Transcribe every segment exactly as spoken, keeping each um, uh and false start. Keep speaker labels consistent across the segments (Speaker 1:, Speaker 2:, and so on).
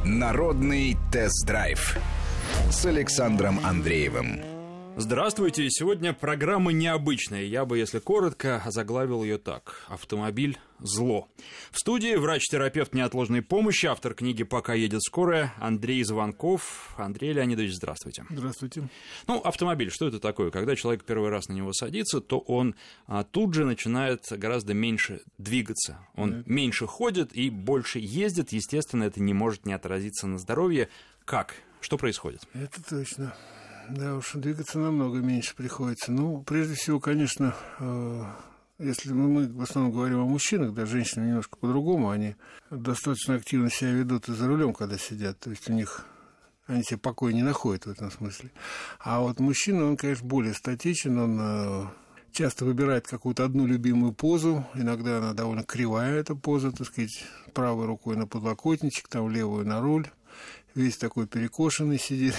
Speaker 1: Народный тест-драйв с Александром Андреевым.
Speaker 2: Здравствуйте. Сегодня программа необычная. Я бы, если коротко, озаглавил ее так. Автомобиль – зло. В студии врач-терапевт неотложной помощи, автор книги «Пока едет скорая» Андрей Звонков. Андрей Леонидович, здравствуйте.
Speaker 3: Здравствуйте.
Speaker 2: Ну, автомобиль, что это такое? Когда человек первый раз на него садится, то он а, тут же начинает гораздо меньше двигаться. Он да. меньше ходит и больше ездит. Естественно, это не может не отразиться на здоровье. Как? Что происходит?
Speaker 3: Это точно. Да уж, двигаться намного меньше приходится. Ну, прежде всего, конечно, э, если мы в основном говорим о мужчинах, да, женщины немножко по-другому, они достаточно активно себя ведут и за рулем, когда сидят, то есть у них, они себе покоя не находят в этом смысле. А вот мужчина, он, конечно, более статичен, он э, часто выбирает какую-то одну любимую позу, иногда она довольно кривая, эта поза, так сказать, правой рукой на подлокотничек, там левую на руль, весь такой перекошенный сидит.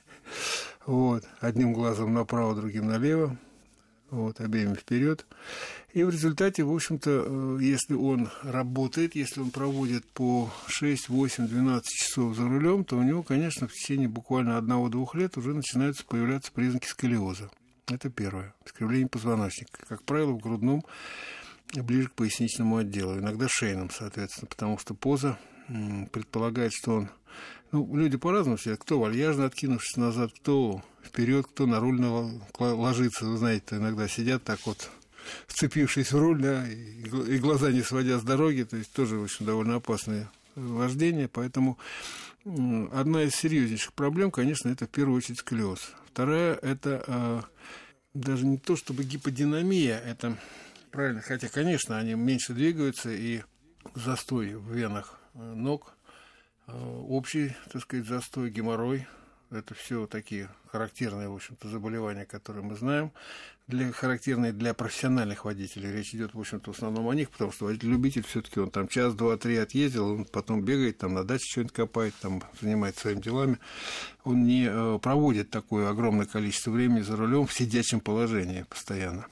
Speaker 3: Вот, одним глазом направо, другим налево, вот, обеими вперед. И в результате, в общем-то, если он работает, если он проводит по шесть, восемь, двенадцать часов за рулем, то у него, конечно, в течение буквально одного-двух лет уже начинаются появляться признаки сколиоза. Это первое. Искривление позвоночника. Как правило, в грудном, ближе к поясничному отделу. Иногда шейном, соответственно, потому что поза предполагает, что он... Ну, люди по-разному сидят. Кто вальяжно откинувшись назад, кто вперед, кто на руль ложится. Вы знаете, иногда сидят так вот, вцепившись в руль, да, и глаза не сводя с дороги. То есть тоже, в общем, довольно опасное вождение. Поэтому одна из серьезнейших проблем, конечно, это в первую очередь сколиоз. Вторая – это даже не то чтобы гиподинамия, это правильно, хотя, конечно, они меньше двигаются, и застой в венах ног, общий, так сказать, застой, геморрой. Это все такие характерные, в общем-то, заболевания, которые мы знаем, для, характерные для профессиональных водителей. Речь идет, в общем-то, в основном о них, потому что водитель-любитель все-таки он там час, два, три отъездил, он потом бегает, там на даче что-нибудь копает, там занимается своими делами. Он не э, проводит такое огромное количество времени за рулем в сидячем положении постоянно.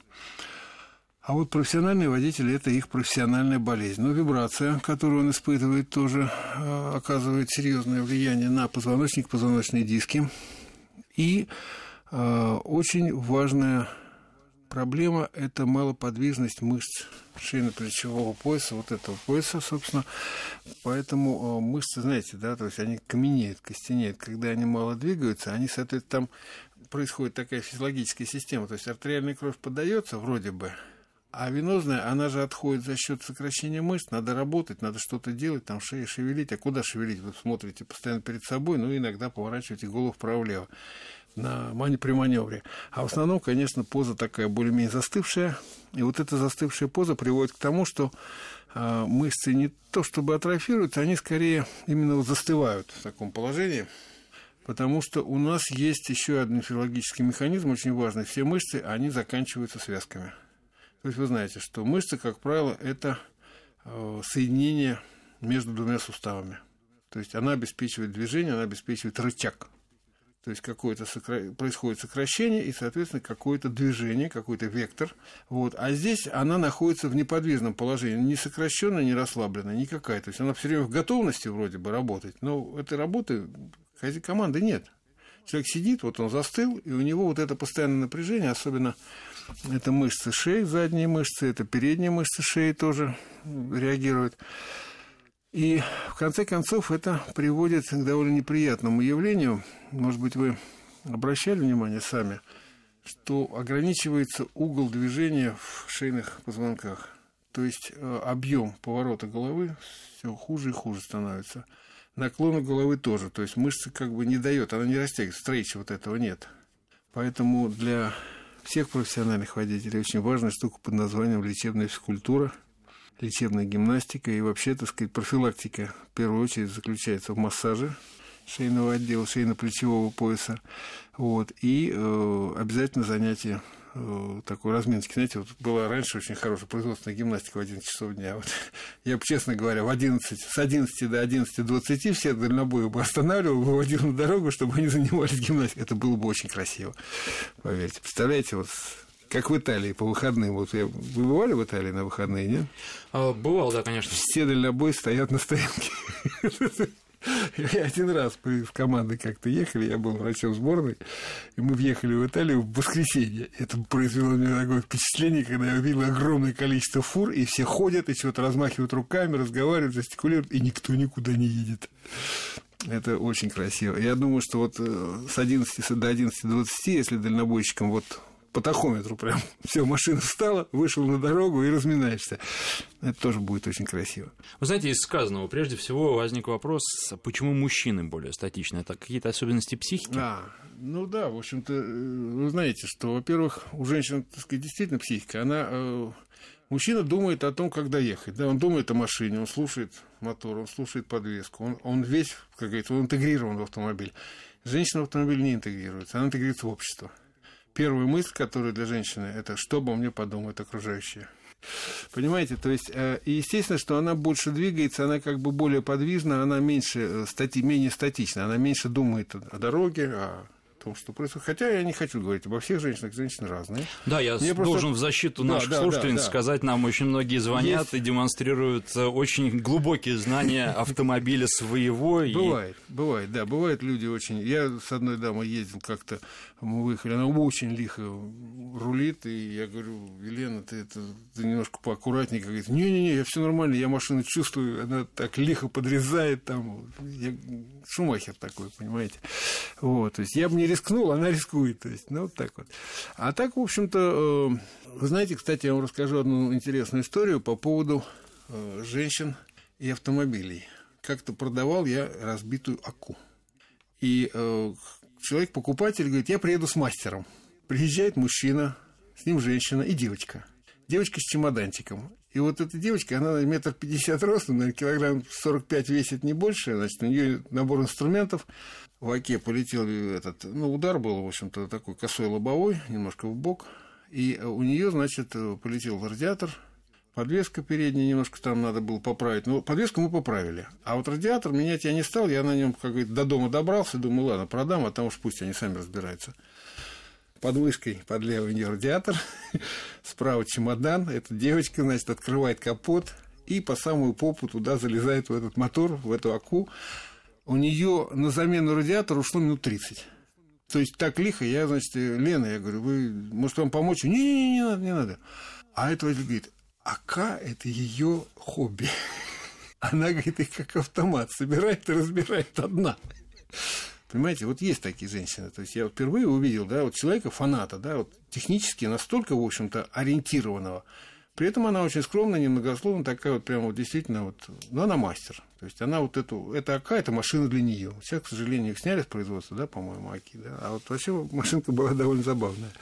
Speaker 3: А вот профессиональные водители – это их профессиональная болезнь. Но вибрация, которую он испытывает, тоже э, оказывает серьезное влияние на позвоночник, позвоночные диски. И э, очень важная проблема – это малоподвижность мышц шейно-плечевого пояса, вот этого пояса, собственно. Поэтому э, мышцы, знаете, да, то есть они каменеют, костенеют. Когда они мало двигаются, они, соответственно, там происходит такая физиологическая система. То есть артериальная кровь подается вроде бы, а венозная, она же отходит за счет сокращения мышц, надо работать, надо что-то делать, там шею шевелить. А куда шевелить? Вы смотрите постоянно перед собой, ну, иногда поворачиваете голову вправо-влево на, при маневре. А в основном, конечно, поза такая более-менее застывшая. И вот эта застывшая поза приводит к тому, что э, мышцы не то чтобы атрофируются, они скорее именно вот застывают в таком положении. Потому что у нас есть еще один физиологический механизм, очень важный. Все мышцы, они заканчиваются связками. То есть вы знаете, что мышцы, как правило, это э, соединение между двумя суставами. То есть она обеспечивает движение, она обеспечивает рычаг. То есть какое-то сокра... происходит сокращение и, соответственно, какое-то движение, какой-то вектор. Вот. А здесь она находится в неподвижном положении, не сокращенная, не расслабленная, никакая. То есть она все время в готовности вроде бы работать, но этой работы команды нет. Человек сидит, вот он застыл, и у него вот это постоянное напряжение, особенно это мышцы шеи, задние мышцы, это передние мышцы шеи тоже реагируют. И в конце концов это приводит к довольно неприятному явлению. Может быть, вы обращали внимание сами, что ограничивается угол движения в шейных позвонках. То есть объем поворота головы все хуже и хуже становится. Наклона головы тоже, то есть мышцы как бы не дает, она не растягивается, стрейча вот этого нет. Поэтому для всех профессиональных водителей очень важная штука под названием лечебная физкультура, лечебная гимнастика и вообще, так сказать, профилактика в первую очередь заключается в массаже шейного отдела, шейно-плечевого пояса, вот, и э, обязательно занятие э, такой разминочки. Знаете, вот была раньше очень хорошая производственная гимнастика в одиннадцать часов дня. Вот, я бы, честно говоря, в одиннадцать, с одиннадцати до одиннадцати двадцати все дальнобои бы останавливал, выводил на дорогу, чтобы они занимались гимнастикой. Это было бы очень красиво, поверьте. Представляете, вот как в Италии по выходным. Вот я... Вы бывали в Италии на выходные, нет?
Speaker 2: А, бывал, да, конечно.
Speaker 3: Все дальнобои стоят на стоянке. Я один раз мы с командой как-то ехали, я был врачом сборной, и мы въехали в Италию в воскресенье. Это произвело мне такое впечатление, когда я увидел огромное количество фур, и все ходят, и что-то размахивают руками, разговаривают, жестикулируют, и никто никуда не едет. Это очень красиво. Я думаю, что вот с одиннадцати до одиннадцати двадцати, если дальнобойщикам вот по тахометру прям все, машина встала, вышел на дорогу и разминаешься. Это тоже будет очень красиво.
Speaker 2: Вы знаете, из сказанного прежде всего возник вопрос, почему мужчины более статичны? Это какие-то особенности психики?
Speaker 3: А, ну да, в общем-то, вы знаете, что, во-первых, у женщин, так сказать, действительно психика, она... Мужчина думает о том, как доехать. Да, он думает о машине, он слушает мотор, он слушает подвеску, он, он весь, как говорится, он интегрирован в автомобиль. Женщина в автомобиль не интегрируется, она интегрируется в общество. Первая мысль, которая для женщины, это что обо мне подумают окружающие. Понимаете, то есть, и естественно, что она больше двигается, она как бы более подвижна, она меньше, стати, менее статична, она меньше думает о дороге, о том, что происходит. Хотя я не хочу говорить обо всех женщинах, женщины разные.
Speaker 2: Да, я
Speaker 3: Мне
Speaker 2: должен
Speaker 3: просто...
Speaker 2: в защиту
Speaker 3: да,
Speaker 2: наших
Speaker 3: да,
Speaker 2: слушательниц
Speaker 3: да, да.
Speaker 2: сказать, нам очень многие звонят Есть... и демонстрируют очень глубокие знания автомобиля своего.
Speaker 3: Бывает, и... бывает, да, бывают люди очень... Я с одной дамой ездил как-то, мы выехали, она очень лихо рулит, и я говорю, Елена, ты, это, ты немножко поаккуратнее. Говорит, не-не-не, я все нормально, я машину чувствую, она так лихо подрезает там. Я... Шумахер такой, понимаете. Вот, то есть я бы не рискнул, она рискует. То есть, ну, вот так вот. А так, в общем-то, вы знаете, кстати, я вам расскажу одну интересную историю по поводу женщин и автомобилей. Как-то продавал я разбитую АКУ. И человек-покупатель говорит, я приеду с мастером. Приезжает мужчина, с ним женщина и девочка. Девочка с чемоданчиком. И вот эта девочка, она метр пятьдесят ростом, наверное, килограмм сорок пять весит, не больше. Значит, у нее набор инструментов. В оке полетел этот, ну, удар был, в общем-то, такой косой лобовой, немножко в бок. И у нее, значит, полетел радиатор, подвеска передняя, немножко там надо было поправить. Но подвеску мы поправили. А вот радиатор менять я не стал, я на нем, как говорится, до дома добрался, думаю, ладно, продам, а там уж пусть они сами разбираются. Под мышкой, под левый у нее радиатор, справа чемодан, эта девочка, значит, открывает капот и по самую попу туда залезает в этот мотор, в эту АКУ. У нее на замену радиатора ушло минут тридцать. То есть так лихо, я, значит, Лена, я говорю, вы, может, вам помочь? Не-не-не, не надо, не надо. А эта водитель говорит, АК – это ее хобби. Она, говорит, их как автомат собирает и разбирает одна. Понимаете, вот есть такие женщины. То есть я впервые увидел, да, вот человека, фаната, да, вот технически настолько, в общем-то, ориентированного. При этом она очень скромная, немногословная, такая вот прямо вот действительно вот, ну, она мастер. То есть она вот эту, это АК, это машина для нее. Сейчас, к сожалению, их сняли с производства, да, по-моему, АКи, да. А вот вообще машинка была довольно забавная.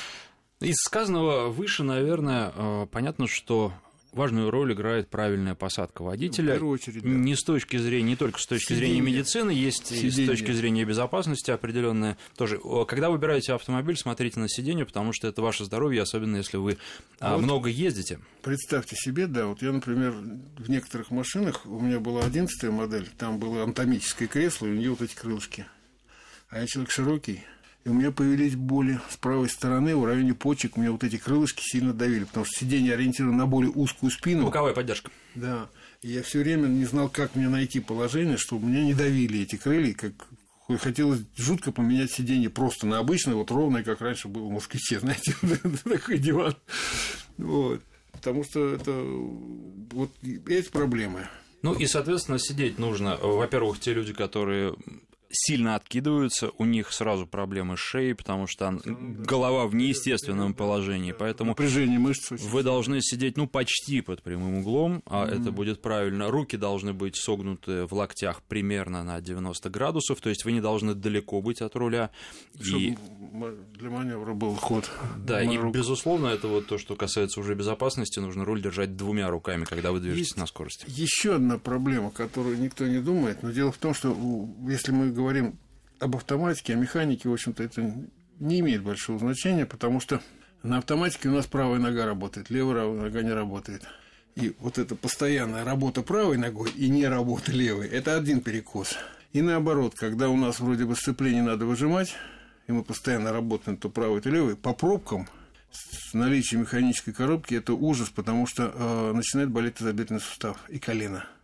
Speaker 2: Из сказанного выше, наверное, понятно, что важную роль играет правильная посадка водителя.
Speaker 3: В первую очередь, да.
Speaker 2: Не с точки зрения, не только с точки
Speaker 3: Сиденье.
Speaker 2: зрения медицины, есть
Speaker 3: Сиденье.
Speaker 2: и с точки зрения безопасности определенная тоже. Когда выбираете автомобиль, смотрите на сиденье, потому что это ваше здоровье, особенно если вы а вот много ездите.
Speaker 3: Представьте себе, да, вот я, например, в некоторых машинах, у меня была одиннадцатая модель, там было анатомическое кресло, и у нее вот эти крылышки. А я человек широкий. И у меня появились боли с правой стороны, в районе почек. У меня вот эти крылышки сильно давили, потому что сиденье ориентировано на более узкую спину.
Speaker 2: Боковая поддержка.
Speaker 3: Да. И я все время не знал, как мне найти положение, чтобы меня не давили эти крылья. Как... Хотелось жутко поменять сиденье просто на обычное, вот ровное, как раньше было в «Москвиче», знаете, такой диван. Вот. Потому что это вот эти проблемы.
Speaker 2: Ну и, соответственно, сидеть нужно, во-первых, те люди, которые сильно откидываются, у них сразу проблемы с шеей, потому что голова в неестественном положении, поэтому
Speaker 3: напряжение мышц
Speaker 2: вы должны сидеть, ну, почти под прямым углом, а mm-hmm. это будет правильно. Руки должны быть согнуты в локтях примерно на девяносто градусов, то есть вы не должны далеко быть от руля.
Speaker 3: Чтобы
Speaker 2: и...
Speaker 3: для маневра был ход.
Speaker 2: Да, и, рук. безусловно, это вот то, что касается уже безопасности, нужно руль держать двумя руками, когда вы движетесь
Speaker 3: Есть
Speaker 2: на скорости.
Speaker 3: Еще одна проблема, которую никто не думает, но дело в том, что если мы говорим об автоматике, о механике, в общем-то, это не имеет большого значения, потому что на автоматике у нас правая нога работает, левая нога не работает. И вот эта постоянная работа правой ногой и не работа левой – это один перекос. И наоборот, когда у нас вроде бы сцепление надо выжимать, и мы постоянно работаем то правой, то левой, по пробкам с наличием механической коробки – это ужас, потому что э, начинает болеть тазобедренный сустав и колено.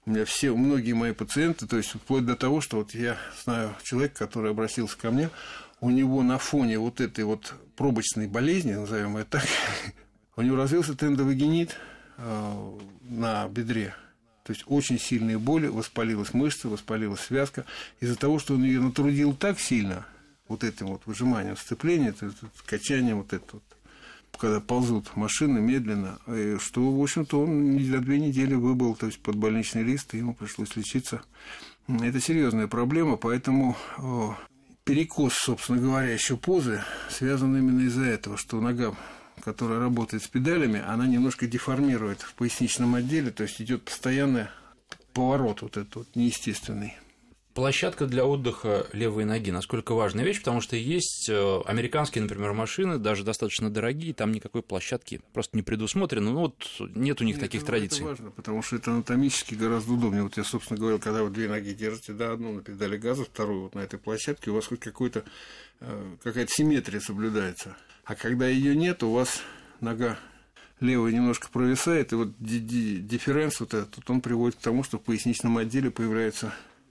Speaker 3: У меня все, многие мои пациенты, то есть вплоть до того, что вот я знаю человека, который обратился ко мне, у него на фоне вот этой вот пробочной болезни, назовем ее так, у него развился тендовагинит э, на бедре. То есть очень сильные боли, воспалилась мышца, воспалилась связка. Из-за того, что он ее натрудил так сильно, вот этим вот выжиманием сцепления, это, это, качанием вот это вот, когда ползут машины медленно, что, в общем-то, он за две недели выбыл, то есть под больничный лист, и ему пришлось лечиться. Это серьезная проблема, поэтому о, перекос, собственно говоря, еще позы связан именно из-за этого, что нога, которая работает с педалями, она немножко деформирует в поясничном отделе, то есть идет постоянный поворот вот этот вот неестественный.
Speaker 2: Площадка для отдыха левой ноги, насколько важная вещь, потому что есть американские, например, машины, даже достаточно дорогие, там никакой площадки просто не предусмотрено, ну вот нет у них нет, таких
Speaker 3: ну,
Speaker 2: традиций.
Speaker 3: Это важно, потому что это анатомически гораздо удобнее. Вот я, собственно, говорил, когда вы две ноги держите, да, одну на педали газа, вторую вот на этой площадке, у вас хоть какой-то, какая-то симметрия соблюдается. А когда ее нет, у вас нога левая немножко провисает, и вот дифференс вот этот, он приводит к тому, что в поясничном отделе появляется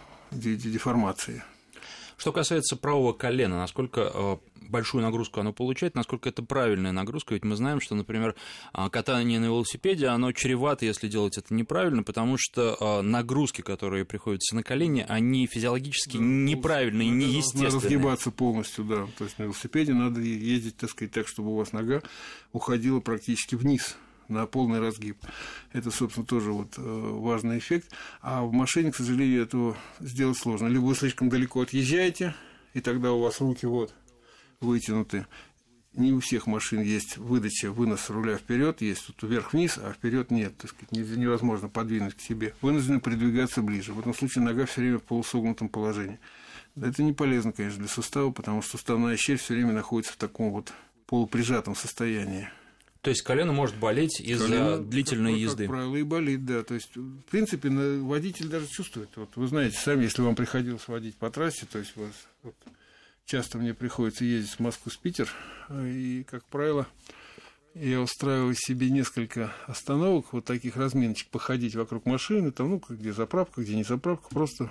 Speaker 3: деформации.
Speaker 2: Что касается правого колена, насколько большую нагрузку оно получает, насколько это правильная нагрузка, ведь мы знаем, что, например, катание на велосипеде, оно чревато, если делать это неправильно, потому что нагрузки, которые приходятся на колени, они физиологически да, неправильные, неестественные.
Speaker 3: Надо разгибаться полностью, да, то есть на велосипеде надо ездить, так сказать, так, чтобы у вас нога уходила практически вниз, на полный разгиб. Это, собственно, тоже вот важный эффект. А в машине, к сожалению, этого сделать сложно. Либо вы слишком далеко отъезжаете, и тогда у вас руки вот вытянуты. Не у всех машин есть выдача, вынос руля вперед, есть тут вверх-вниз, а вперед нет, так сказать, невозможно подвинуть к себе. Вынуждены придвигаться ближе. В этом случае нога все время в полусогнутом положении. Это не полезно, конечно, для сустава, потому что суставная щель все время находится в таком вот полуприжатом состоянии.
Speaker 2: То есть колено может болеть из-за колено, длительной
Speaker 3: как,
Speaker 2: езды?
Speaker 3: Как правило, и болит, да. То есть, в принципе, водитель даже чувствует. Вот вы знаете, сами, если вам приходилось водить по трассе, то есть, вас, вот, часто мне приходится ездить с Москвы в Питер, и, как правило, я устраиваю себе несколько остановок, вот таких разминочек, походить вокруг машины, там, ну, где заправка, где не заправка, просто...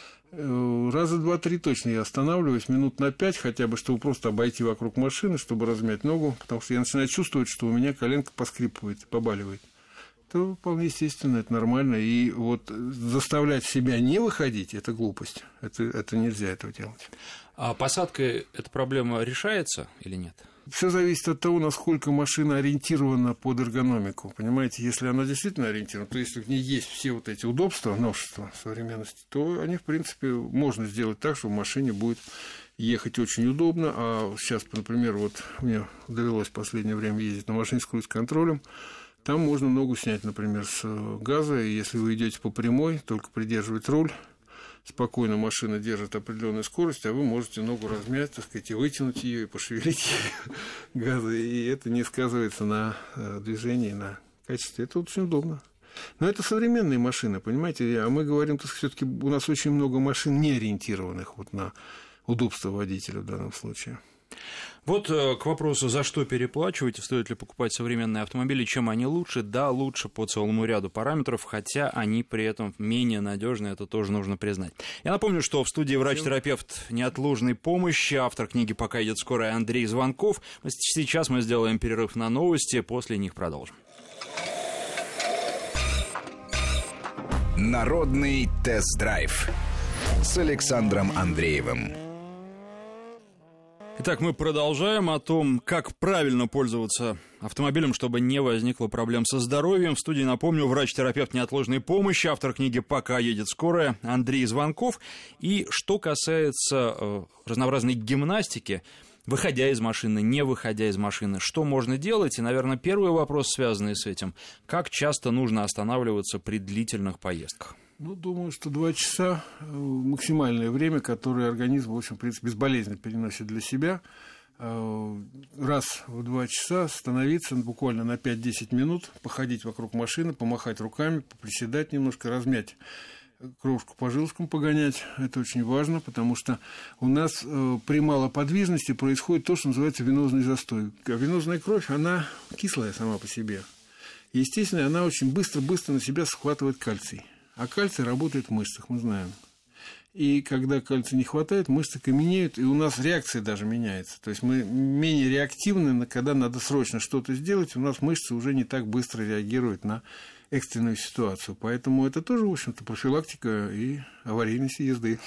Speaker 3: Раза два-три точно я останавливаюсь, минут на пять хотя бы, чтобы просто обойти вокруг машины, чтобы размять ногу, потому что я начинаю чувствовать, что у меня коленка поскрипывает, побаливает. Это вполне естественно, это нормально. И вот заставлять себя не выходить – это глупость. Это, это нельзя этого делать.
Speaker 2: А посадкой эта проблема решается или нет?
Speaker 3: Все зависит от того, насколько машина ориентирована под эргономику. Понимаете, если она действительно ориентирована, то если в ней есть все вот эти удобства, новшества современности, то они, в принципе, можно сделать так, что в машине будет ехать очень удобно. А сейчас, например, вот мне довелось в последнее время ездить на машине с круиз-контролем. Там можно ногу снять, например, с газа, и если вы идете по прямой, только придерживать руль, спокойно машина держит определенную скорость, а вы можете ногу размять, так сказать, и вытянуть ее, и пошевелить газа, и это не сказывается на движении, на качестве. Это очень удобно. Но это современные машины, понимаете, а мы говорим, что все-таки у нас очень много машин, не ориентированных вот на удобство водителя в данном случае.
Speaker 2: Вот к вопросу, за что переплачивать, стоит ли покупать современные автомобили, чем они лучше. Да, лучше по целому ряду параметров, хотя они при этом менее надежны, это тоже нужно признать. Я напомню, что в студии врач-терапевт неотложной помощи, автор книги «Пока идет скорая» Андрей Звонков. Сейчас мы сделаем перерыв на новости, после них продолжим.
Speaker 1: Народный тест-драйв с Александром Андреевым.
Speaker 2: Итак, мы продолжаем о том, как правильно пользоваться автомобилем, чтобы не возникло проблем со здоровьем. В студии, напомню, врач-терапевт неотложной помощи, автор книги «Пока едет скорая» Андрей Звонков. И что касается э, разнообразной гимнастики, выходя из машины, не выходя из машины, что можно делать? И, наверное, первый вопрос, связанный с этим, как часто нужно останавливаться при длительных поездках?
Speaker 3: Ну, думаю, что два часа максимальное время, которое организм, в общем, в принципе, безболезненно переносит для себя. Раз в два часа становиться буквально на пять-десять минут, походить вокруг машины, помахать руками, поприседать немножко, размять кровушку по жилкам, погонять. Это очень важно, потому что у нас при малоподвижности происходит то, что называется венозный застой. А венозная кровь, она кислая сама по себе. И, естественно, она очень быстро-быстро на себя схватывает кальций. А кальций работает в мышцах, мы знаем. И когда кальция не хватает, мышцы каменеют, и у нас реакция даже меняется. То есть мы менее реактивны, когда надо срочно что-то сделать, у нас мышцы уже не так быстро реагируют на экстренную ситуацию. Поэтому это тоже, в общем-то, профилактика и аварийность езды.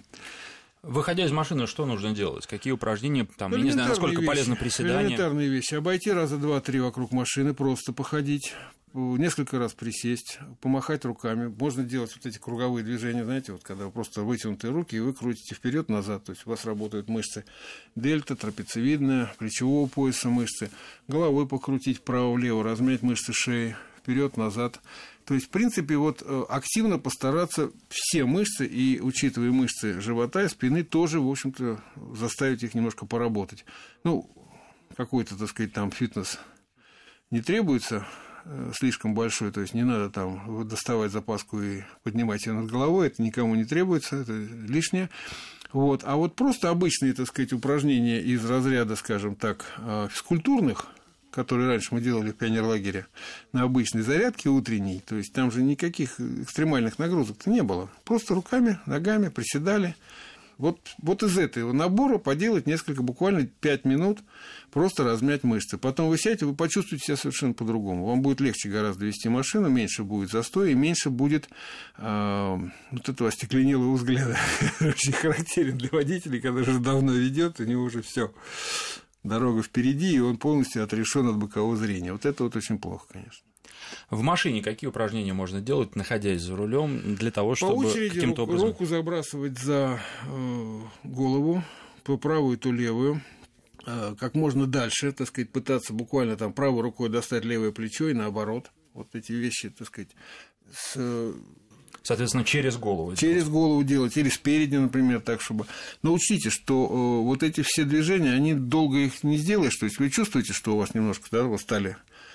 Speaker 2: Выходя из машины, что нужно делать? Какие упражнения? Там, я не знаю, насколько
Speaker 3: вещи,
Speaker 2: полезно приседание.
Speaker 3: Элементарные вещи. Обойти раза два-три вокруг машины, просто походить, несколько раз присесть, помахать руками. Можно делать вот эти круговые движения, знаете, вот когда вы просто вытянутые руки, и вы крутите вперед-назад. То есть у вас работают мышцы дельта, трапециевидная, плечевого пояса мышцы. Головой покрутить вправо-влево, размять мышцы шеи, вперед-назад. То есть, в принципе, вот активно постараться все мышцы, и, учитывая мышцы живота и спины, тоже, в общем-то, заставить их немножко поработать. Ну, какой-то, так сказать, там фитнес не требуется слишком большой, то есть не надо там доставать запаску и поднимать ее над головой, это никому не требуется, это лишнее. Вот. А вот просто обычные, так сказать, упражнения из разряда, скажем так, физкультурных, которые раньше мы делали в пионерлагере, на обычной зарядке утренней, то есть там же никаких экстремальных нагрузок-то не было. Просто руками, ногами приседали. Вот, вот из этого набора поделать несколько, буквально пять минут, просто размять мышцы. Потом вы сядете, вы почувствуете себя совершенно по-другому. Вам будет легче гораздо вести машину, меньше будет застоя, и меньше будет э, вот этого остекленелого взгляда. Очень характерен для водителей, когда уже давно ведет, у него уже все. Дорога впереди, и он полностью отрешен от бокового зрения. Вот это вот очень плохо, конечно.
Speaker 2: В машине какие упражнения можно делать, находясь за рулем, для того, чтобы
Speaker 3: по очереди
Speaker 2: каким-то
Speaker 3: руку,
Speaker 2: образом...
Speaker 3: руку забрасывать за э, голову, то правую, то левую, э, как можно дальше, так сказать, пытаться буквально там правой рукой достать левое плечо и наоборот. Вот эти вещи, так сказать, с...
Speaker 2: Соответственно, через голову.
Speaker 3: Через голову делать, или спереди, например, так, чтобы... Но учтите, что э, вот эти все движения, они долго их не сделаешь, то есть вы чувствуете, что у вас немножко, да, вы стали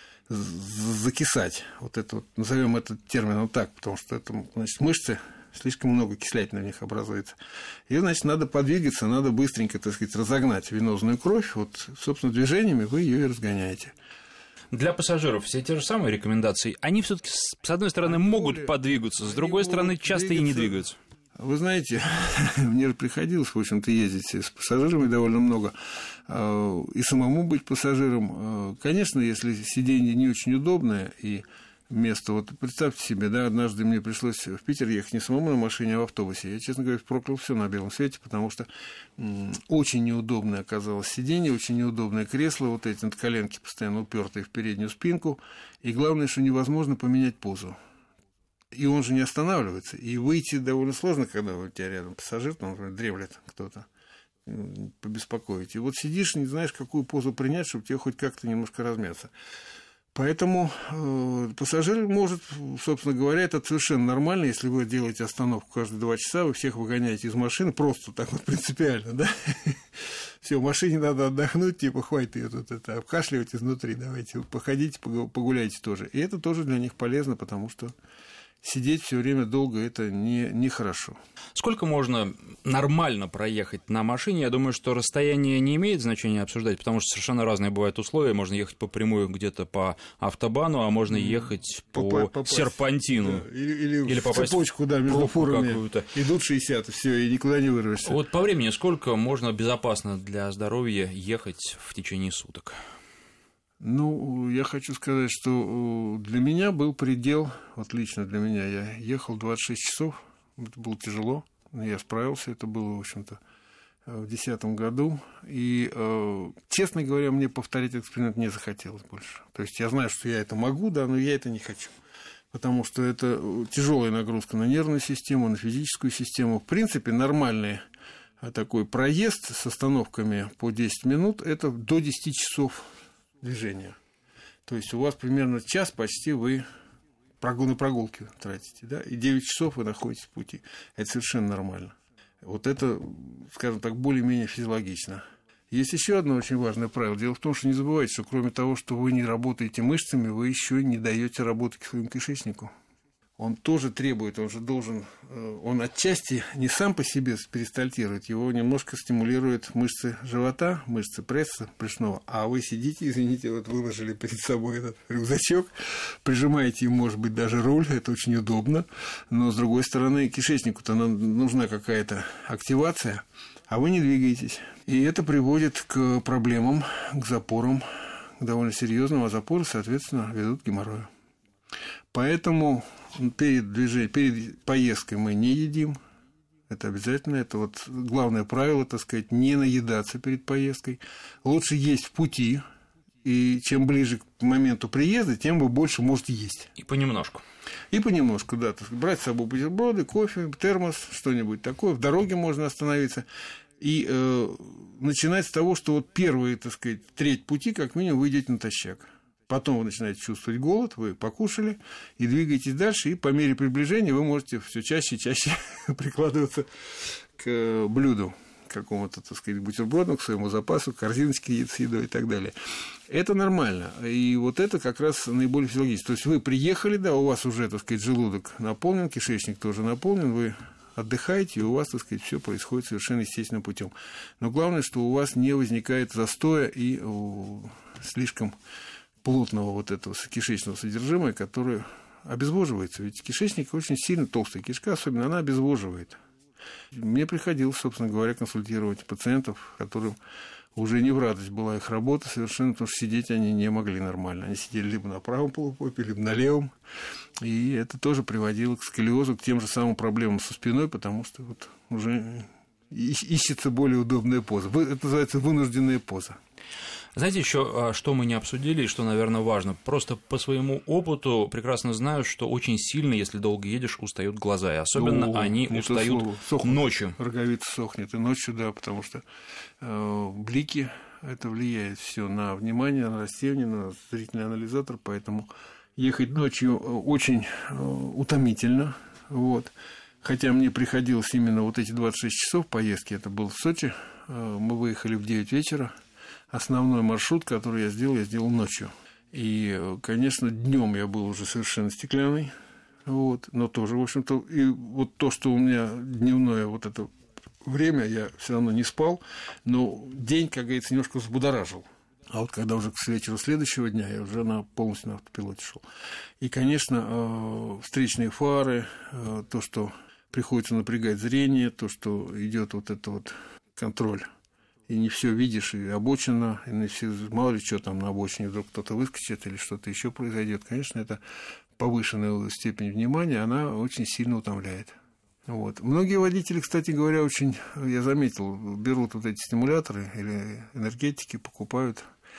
Speaker 3: закисать, вот это вот, назовем этот термин так, потому что это, значит, мышцы, слишком много кислятины в них образуется. И, значит, надо подвигаться, надо быстренько, так сказать, разогнать венозную кровь, вот, собственно, движениями вы ее и разгоняете.
Speaker 2: Для пассажиров все те же самые рекомендации, они все-таки с одной стороны они могут более, подвигаться, с другой стороны часто двигаться. И не двигаются.
Speaker 3: Вы знаете, мне же приходилось, в общем-то, ездить с пассажирами довольно много, и самому быть пассажиром. Конечно, если сиденье не очень удобное и место, вот представьте себе, да, однажды мне пришлось в Питер ехать не самому на машине, а в автобусе. Я, честно говоря, проклял все на белом свете, потому что м- очень неудобное оказалось сиденье, очень неудобное кресло, вот эти надколенки постоянно упертые в переднюю спинку, и главное, что невозможно поменять позу. И он же не останавливается, и выйти довольно сложно, когда у тебя рядом пассажир, там, например, дремлет кто-то, побеспокоить. И вот сидишь, не знаешь, какую позу принять, чтобы тебе хоть как-то немножко размяться. Поэтому э, пассажир может, собственно говоря, это совершенно нормально, если вы делаете остановку каждые два часа, вы всех выгоняете из машины, просто так вот принципиально, да? Все, в машине надо отдохнуть, типа, хватит ее тут это, обкашливать изнутри, давайте походите, погуляйте тоже. И это тоже для них полезно, потому что сидеть все время долго это не, нехорошо.
Speaker 2: Сколько можно нормально проехать на машине? Я думаю, что расстояние не имеет значения обсуждать, потому что совершенно разные бывают условия. Можно ехать по прямой где-то по автобану, а можно ехать по попасть, серпантину.
Speaker 3: Да. Или, или, или
Speaker 2: в
Speaker 3: цепочку, да, между фурами. Какую-то. Идут шестьдесят, все, и никуда не вырвешься.
Speaker 2: Вот по времени сколько можно безопасно для здоровья ехать в течение суток?
Speaker 3: Ну, я хочу сказать, что для меня был предел, вот лично для меня, я ехал двадцать шесть часов, это было тяжело, но я справился, это было, в общем-то, в две тысячи десятом году, и, честно говоря, мне повторить этот эксперимент не захотелось больше. То есть я знаю, что я это могу, да, но я это не хочу, потому что это тяжелая нагрузка на нервную систему, на физическую систему. В принципе, нормальный такой проезд с остановками по десять минут, это до десяти часов движения. То есть у вас примерно час почти вы на прогулки тратите, да, и девять часов вы находитесь в пути. Это совершенно нормально. Вот это, скажем так, более-менее физиологично. Есть еще одно очень важное правило. Дело в том, что не забывайте, что кроме того, что вы не работаете мышцами, вы еще не даете работать своему кишечнику. он тоже требует, он же должен, он отчасти не сам по себе перистальтирует, его немножко стимулирует мышцы живота, мышцы пресса брюшного, а вы сидите, извините, вот выложили перед собой этот рюкзачок, прижимаете им, может быть, даже руль, это очень удобно, но, с другой стороны, кишечнику-то нужна какая-то активация, а вы не двигаетесь. И это приводит к проблемам, к запорам, к довольно серьезным, а запоры, соответственно, ведут к геморрою. Поэтому перед движением, перед поездкой мы не едим. Это обязательно. Это вот главное правило, так сказать, не наедаться перед поездкой. Лучше есть в пути. И чем ближе к моменту приезда, тем вы больше можете есть.
Speaker 2: И понемножку. И
Speaker 3: понемножку, да. Брать с собой бутерброды, кофе, термос, что-нибудь такое. В дороге можно остановиться. И э, начинать с того, что вот первые, так сказать, треть пути, как минимум, вы идете натощак. Потом вы начинаете чувствовать голод, вы покушали и двигаетесь дальше, и по мере приближения вы можете все чаще и чаще прикладываться к блюду, к какому-то, так сказать, бутерброду, к своему запасу, к корзиночке с едой и так далее. Это нормально, и вот это как раз наиболее физиологично. То есть вы приехали, да, у вас уже, так сказать, желудок наполнен, кишечник тоже наполнен, вы отдыхаете, и у вас, так сказать, все происходит совершенно естественным путем. Но главное, что у вас не возникает застоя и слишком плотного вот этого кишечного содержимого, которое обезвоживается. Ведь кишечник очень сильно, толстая кишка особенно, она обезвоживает. Мне приходилось, собственно говоря, консультировать пациентов, которым уже не в радость была их работа совершенно, потому что сидеть они не могли нормально. Они сидели либо на правом полупопе, либо на левом. И это тоже приводило к сколиозу, к тем же самым проблемам со спиной, потому что вот уже ищется более удобная поза. Это называется вынужденная поза.
Speaker 2: Знаете, еще что мы не обсудили и что, наверное, важно? Просто по своему опыту прекрасно знаю, что очень сильно, если долго едешь, устают глаза. И особенно О, они устают ночью.
Speaker 3: Роговица сохнет и ночью, да, потому что э, блики, это влияет все на внимание, на растение, на зрительный анализатор, поэтому ехать ночью очень э, утомительно. Вот. Хотя мне приходилось именно вот эти двадцать шесть часов поездки, это был в Сочи, э, мы выехали в девять вечера. Основной маршрут, который я сделал, я сделал ночью. И, конечно, днем я был уже совершенно стеклянный, вот, но тоже, в общем-то, и вот то, что у меня дневное вот это время, я все равно не спал, но день, как говорится, немножко взбудоражил. А вот когда уже к вечеру следующего дня, я уже на, полностью на автопилоте шел. И, конечно, встречные фары, то, что приходится напрягать зрение, то, что идет вот это вот контроль. И не все видишь, и обочина, и не все, мало ли что там на обочине, вдруг кто-то выскочит или что-то еще произойдет. Конечно, это повышенная степень внимания, она очень сильно утомляет. Вот. Многие водители, кстати говоря, очень, я заметил, берут вот эти стимуляторы или энергетики, покупают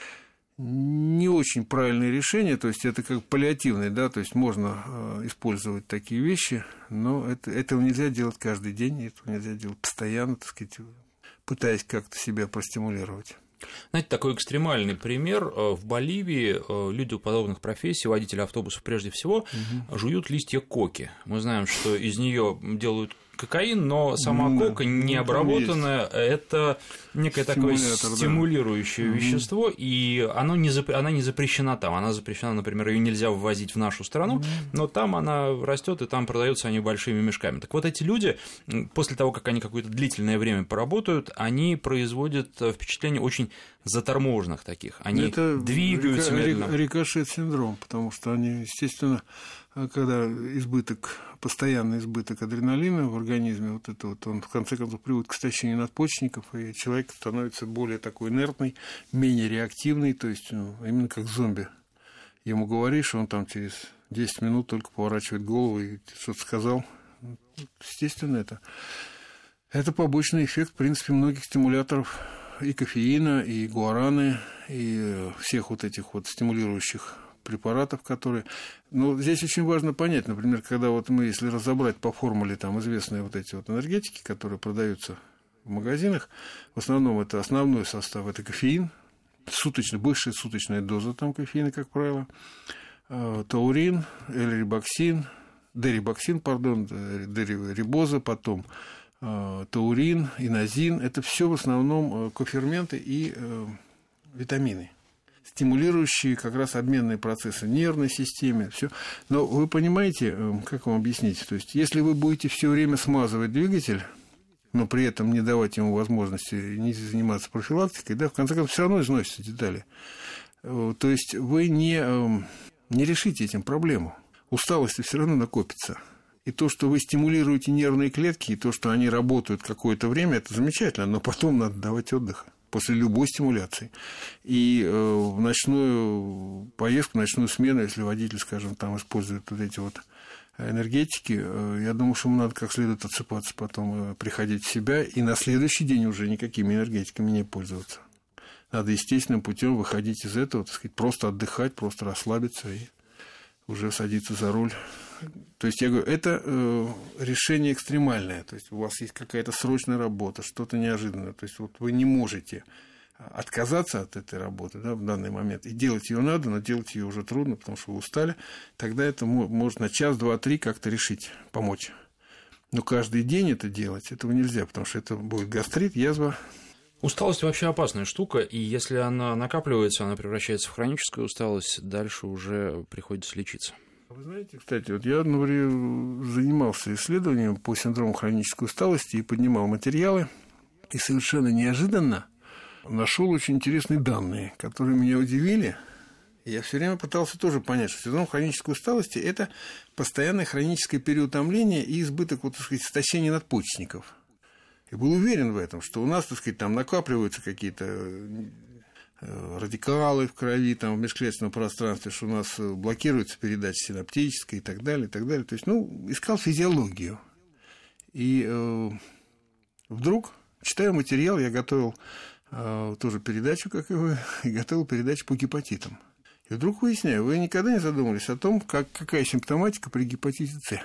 Speaker 3: не очень правильные решения, то есть это как паллиативные, да, то есть можно использовать такие вещи, но это, этого нельзя делать каждый день, этого нельзя делать постоянно, так сказать, пытаясь как-то себя простимулировать.
Speaker 2: Знаете, такой экстремальный пример. В Боливии люди у подобных профессий, водители автобусов прежде всего, угу. жуют листья коки. Мы знаем, что из нее делают кокаин, но сама да, кока не обработанная, это некое такое стимулирующее да. вещество, и оно не зап... она не запрещена там. Она запрещена, например, ее нельзя ввозить в нашу страну, но там она растет и там продаются они большими мешками. Так вот, эти люди, после того, как они какое-то длительное время поработают, они производят впечатление очень заторможенных таких. Они
Speaker 3: это
Speaker 2: двигаются
Speaker 3: рика...
Speaker 2: медленно.
Speaker 3: Рикошет-синдром, потому что они, естественно, когда избыток, постоянный избыток адреналина в организме, вот это вот, он в конце концов приводит к истощению надпочечников, и человек становится более такой инертный, менее реактивный, то есть ну, именно как зомби. Ему говоришь, он там через десять минут только поворачивает голову и что-то сказал. Естественно, это, это побочный эффект, в принципе, многих стимуляторов и кофеина, и гуараны, и всех вот этих вот стимулирующих препаратов, которые... Но здесь очень важно понять, например, когда вот мы, если разобрать по формуле там известные вот эти вот энергетики, которые продаются в магазинах, в основном это основной состав, это кофеин, суточная, высшая суточная доза там кофеина, как правило, таурин, эльрибоксин, дерибоксин, пардон, деририбоза, потом таурин, инозин, это все в основном коферменты и витамины. стимулирующие как раз обменные процессы в нервной системе, все. Но вы понимаете, как вам объяснить? То есть, если вы будете все время смазывать двигатель, но при этом не давать ему возможности не заниматься профилактикой, да, в конце концов, все равно износятся детали. То есть, вы не, не решите этим проблему. Усталость все равно накопится. И то, что вы стимулируете нервные клетки, и то, что они работают какое-то время, это замечательно, но потом надо давать отдых после любой стимуляции. И э, в ночную поездку, в ночную смену, если водитель, скажем, там использует вот эти вот энергетики, э, я думаю, что ему надо как следует отсыпаться, потом э, приходить в себя, и на следующий день уже никакими энергетиками не пользоваться. Надо естественным путем выходить из этого, так сказать, просто отдыхать, просто расслабиться и уже садиться за руль. То есть, я говорю, это э, решение экстремальное. То есть, у вас есть какая-то срочная работа, что-то неожиданное. То есть, вот вы не можете отказаться от этой работы, да, в данный момент. И делать ее надо, но делать ее уже трудно, потому что вы устали. Тогда это может на час, два, три как-то решить, помочь. Но каждый день это делать, этого нельзя, потому что это будет гастрит, язва.
Speaker 2: Усталость вообще опасная штука, и если она накапливается, она превращается в хроническую усталость, дальше уже приходится лечиться.
Speaker 3: Вы знаете, кстати, вот я, например, занимался исследованием по синдрому хронической усталости и поднимал материалы, и совершенно неожиданно нашел очень интересные данные, которые меня удивили. И я все время пытался тоже понять, что синдром хронической усталости – это постоянное хроническое переутомление и избыток, вот, так сказать, истощения надпочечников. И был уверен в этом, что у нас, так сказать, там накапливаются какие-то радикалы в крови, там, в межклеточном пространстве, что у нас блокируется передача синаптическая и так далее, и так далее. То есть, ну, искал физиологию. И э, вдруг, читая материал, я готовил э, тоже передачу, как и вы, и готовил передачу по гепатитам. И вдруг выясняю, вы никогда не задумывались о том, как, какая симптоматика при гепатите С?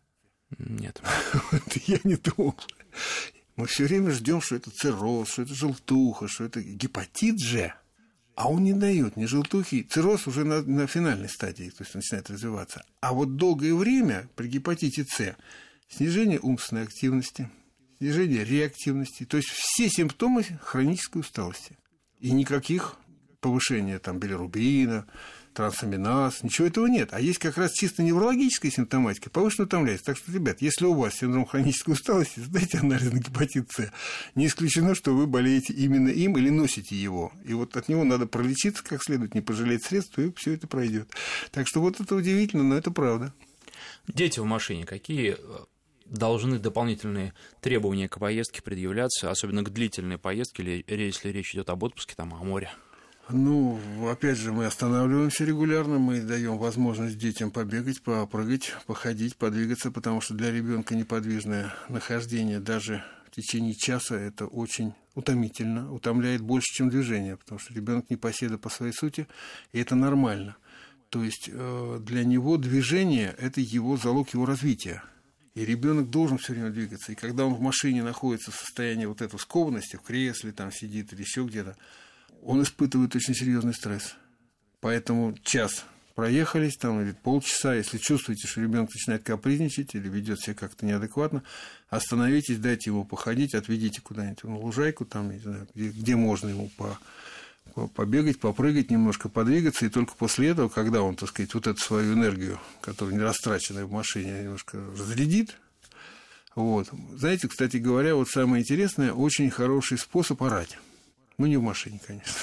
Speaker 2: Нет.
Speaker 3: Я не думал. Мы все время ждем, что это цирроз, что это желтуха, что это гепатит же. А он не дает ни желтухи. Цирроз уже на, на финальной стадии, то есть начинает развиваться. А вот долгое время при гепатите С снижение умственной активности, снижение реактивности, то есть все симптомы хронической усталости. И никаких повышения там, билирубина, трансаминаз, ничего этого нет. А есть как раз чисто неврологическая симптоматика, повышенная утомляемость. Так что, ребят, если у вас синдром хронической усталости, сдайте анализ на гепатит С. Не исключено, что вы болеете именно им или носите его. И вот от него надо пролечиться как следует, не пожалеть средств, и все это пройдет. Так что вот это удивительно, но это правда.
Speaker 2: Дети в машине, какие должны дополнительные требования к поездке предъявляться, особенно к длительной поездке, или если речь идет об отпуске, там, о море?
Speaker 3: Ну, опять же, мы останавливаемся регулярно, мы даем возможность детям побегать, попрыгать, походить, подвигаться, потому что для ребенка неподвижное нахождение даже в течение часа это очень утомительно, утомляет больше, чем движение, потому что ребенок непоседа по своей сути, и это нормально. То есть для него движение – это его залог его развития. И ребенок должен все время двигаться. И когда он в машине находится в состоянии вот этой скованности, в кресле там сидит или еще где-то, он испытывает очень серьезный стресс. Поэтому час проехались, там, или полчаса, если чувствуете, что ребенок начинает капризничать или ведет себя как-то неадекватно, остановитесь, дайте ему походить, отведите куда-нибудь на лужайку, там, не знаю, где, где можно ему по, по, побегать, попрыгать, немножко подвигаться, и только после этого, когда он, так сказать, вот эту свою энергию, которая не растраченная в машине, немножко разрядит. Вот. Знаете, кстати говоря, вот самое интересное, очень хороший способ орать. Ну, не в машине, конечно.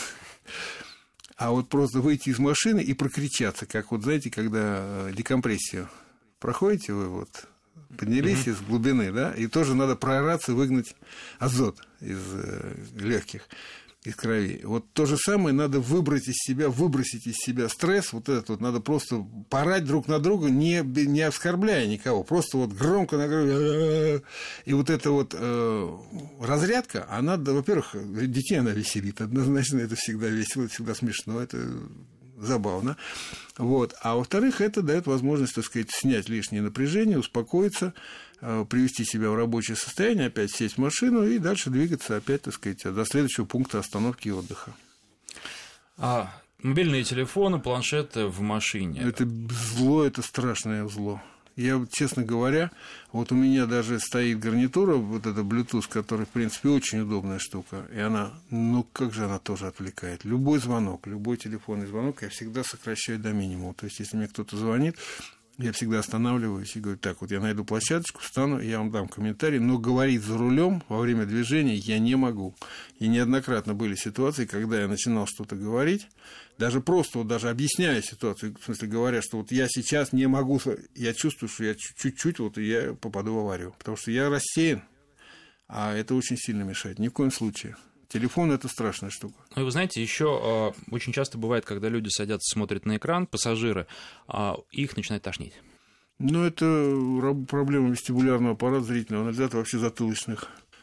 Speaker 3: А вот просто выйти из машины и прокричаться, как вот, знаете, когда декомпрессию проходите вы, вот, поднялись mm-hmm. из глубины, да, и тоже надо проораться, выгнать азот из легких, из крови. Вот то же самое надо выбрать из себя, выбросить из себя стресс, вот этот вот, надо просто порать друг на друга, не, не оскорбляя никого, просто вот громко на грудь. И вот эта вот э, разрядка, она, да, во-первых, детей она веселит, однозначно, это всегда весело, это всегда смешно, это забавно. Вот. А во-вторых, это дает возможность, так сказать, снять лишнее напряжение, успокоиться, привести себя в рабочее состояние, опять сесть в машину и дальше двигаться опять, так сказать, до следующего пункта остановки и отдыха.
Speaker 2: А мобильные телефоны, планшеты в машине?
Speaker 3: Это зло, это страшное зло. Я, честно говоря, вот у меня даже стоит гарнитура, вот эта Bluetooth, которая, в принципе, очень удобная штука, и она, ну, как же она тоже отвлекает. Любой звонок, любой телефонный звонок я всегда сокращаю до минимума. То есть, если мне кто-то звонит, я всегда останавливаюсь и говорю, так, вот я найду площадочку, встану, я вам дам комментарий, но говорить за рулем во время движения я не могу. И неоднократно были ситуации, когда я начинал что-то говорить, даже просто, вот даже объясняя ситуацию, в смысле говоря, что вот я сейчас не могу, я чувствую, что я чуть-чуть, вот и я попаду в аварию, потому что я рассеян, а это очень сильно мешает, ни в коем случае. Телефон – это страшная штука.
Speaker 2: Ну, и вы знаете, еще э, очень часто бывает, когда люди садятся, смотрят на экран, пассажиры, э, их начинает тошнить.
Speaker 3: Ну, это проблема вестибулярного аппарата зрительного, анализатора вообще затылочных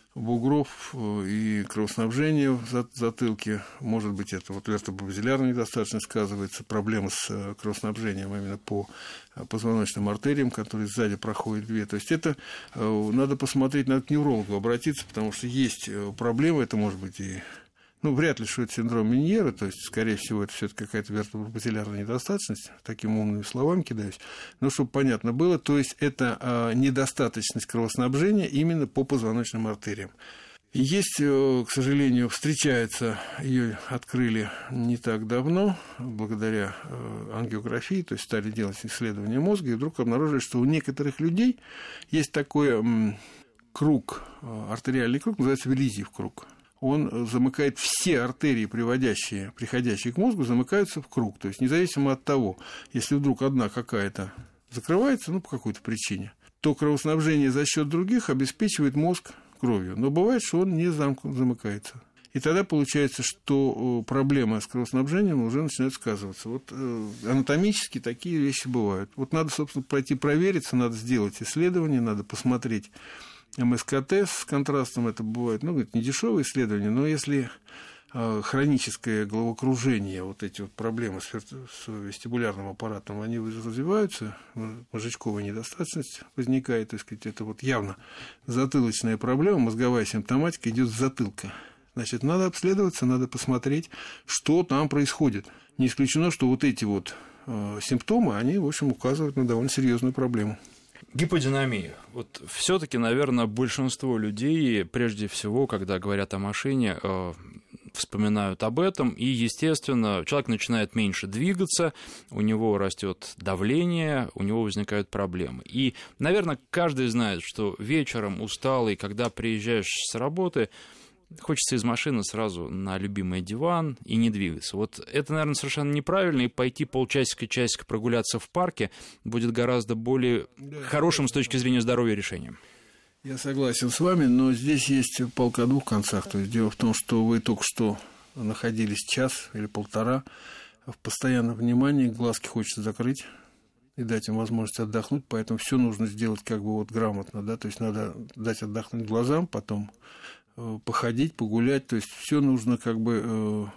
Speaker 3: бугров и кровоснабжения в затылке. Может быть, это вот вертобазилярная недостаточность сказывается, проблема с кровоснабжением именно по позвоночным артериям, которые сзади проходят две. То есть это надо посмотреть, надо к неврологу обратиться, потому что есть проблемы, это может быть и... Ну, вряд ли, что это синдром Меньера, то есть, скорее всего, это все-таки какая-то вертобазилярная недостаточность, такими умными словами кидаюсь. Но чтобы понятно было, то есть это а, недостаточность кровоснабжения именно по позвоночным артериям. И есть, к сожалению, встречается, ее открыли не так давно, благодаря ангиографии, то есть стали делать исследования мозга, и вдруг обнаружили, что у некоторых людей есть такой м, круг, артериальный круг, называется Виллизиев круг. Он замыкает все артерии, приводящие, приходящие к мозгу, замыкаются в круг. То есть, независимо от того, если вдруг одна какая-то закрывается, ну, по какой-то причине, то кровоснабжение за счет других обеспечивает мозг кровью. Но бывает, что он не замыкается. И тогда получается, что проблемы с кровоснабжением уже начинают сказываться. Вот анатомически такие вещи бывают. Вот надо, собственно, пройти провериться, надо сделать исследование, надо посмотреть эм эс ка тэ с контрастом, это бывает, ну, это не дешевое исследование, но если э, хроническое головокружение, вот эти вот проблемы с, с вестибулярным аппаратом, они развиваются, мозжечковая недостаточность возникает, так сказать, это вот явно затылочная проблема, мозговая симптоматика идет с затылка. Значит, надо обследоваться, надо посмотреть, что там происходит. Не исключено, что вот эти вот э, симптомы, они, в общем, указывают на довольно серьезную проблему.
Speaker 2: Гиподинамия. Вот все-таки, наверное, большинство людей, прежде всего, когда говорят о машине, э, вспоминают об этом, и, естественно, человек начинает меньше двигаться, у него растет давление, у него возникают проблемы. И, наверное, каждый знает, что вечером усталый, когда приезжаешь с работы, хочется из машины сразу на любимый диван и не двигаться. Вот это, наверное, совершенно неправильно, и пойти полчасика-часика прогуляться в парке будет гораздо более да, хорошим с точки зрения здоровья решением.
Speaker 3: Я согласен с вами, но здесь есть палка о двух концах. То есть дело в том, что вы только что находились час или полтора в постоянном внимании, глазки хочется закрыть и дать им возможность отдохнуть, поэтому все нужно сделать как бы вот грамотно, да, то есть надо дать отдохнуть глазам, потом походить, погулять, то есть все нужно как бы э,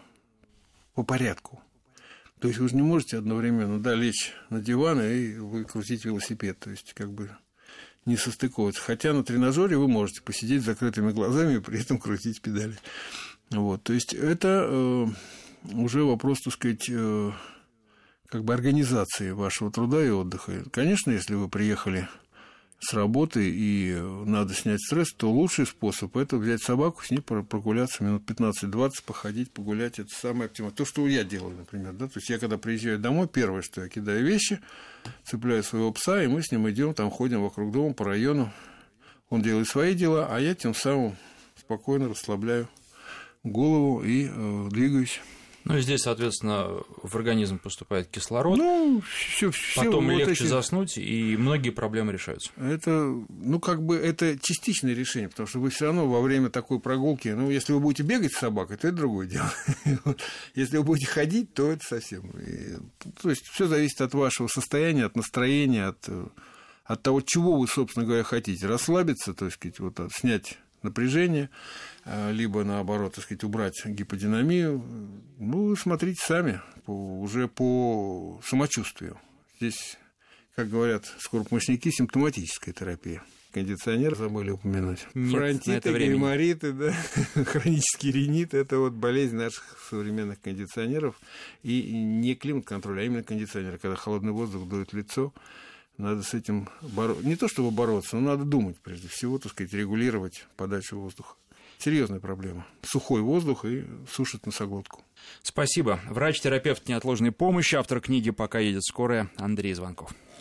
Speaker 3: по порядку. То есть вы же не можете одновременно, да, лечь на диван и выкрутить велосипед, то есть как бы не состыковываться. Хотя на тренажере вы можете посидеть с закрытыми глазами и при этом крутить педали. Вот, то есть это э, уже вопрос, так сказать, э, как бы организации вашего труда и отдыха. Конечно, если вы приехали с работы и надо снять стресс, то лучший способ – это взять собаку, с ней прогуляться минут пятнадцать-двадцать, походить, погулять. Это самое оптимальное. То, что я делаю, например. Да? То есть я, когда приезжаю домой, первое, что я кидаю вещи, цепляю своего пса, и мы с ним идем, там ходим вокруг дома, по району. Он делает свои дела, а я тем самым спокойно расслабляю голову и э, двигаюсь.
Speaker 2: Ну, и здесь, соответственно, в организм поступает кислород,
Speaker 3: ну, всё, всё,
Speaker 2: потом
Speaker 3: вот
Speaker 2: легче
Speaker 3: эти...
Speaker 2: заснуть, и многие проблемы решаются.
Speaker 3: Это, ну, как бы, это частичное решение, потому что вы все равно во время такой прогулки, ну, если вы будете бегать с собакой, то это другое дело. Если вы будете ходить, то это совсем... То есть все зависит от вашего состояния, от настроения, от, от того, чего вы, собственно говоря, хотите. Расслабиться, то есть, вот, снять напряжение, либо, наоборот, так сказать, убрать гиподинамию. Ну, смотрите сами, по, уже по самочувствию. Здесь, как говорят скоропомощники, симптоматическая терапия. Кондиционер забыли упомянуть.
Speaker 2: Нет,
Speaker 3: фронтиты, гаймориты, да, хронический ринит – это вот болезнь наших современных кондиционеров. И не климат-контроль, а именно кондиционер, когда холодный воздух дует в лицо. Надо с этим бороться. Не то чтобы бороться, но надо думать, прежде всего, так сказать, регулировать подачу воздуха. Серьезная проблема. Сухой воздух и сушит носоглотку.
Speaker 2: Спасибо. Врач-терапевт неотложной помощи, автор книги «Пока едет скорая» Андрей Звонков.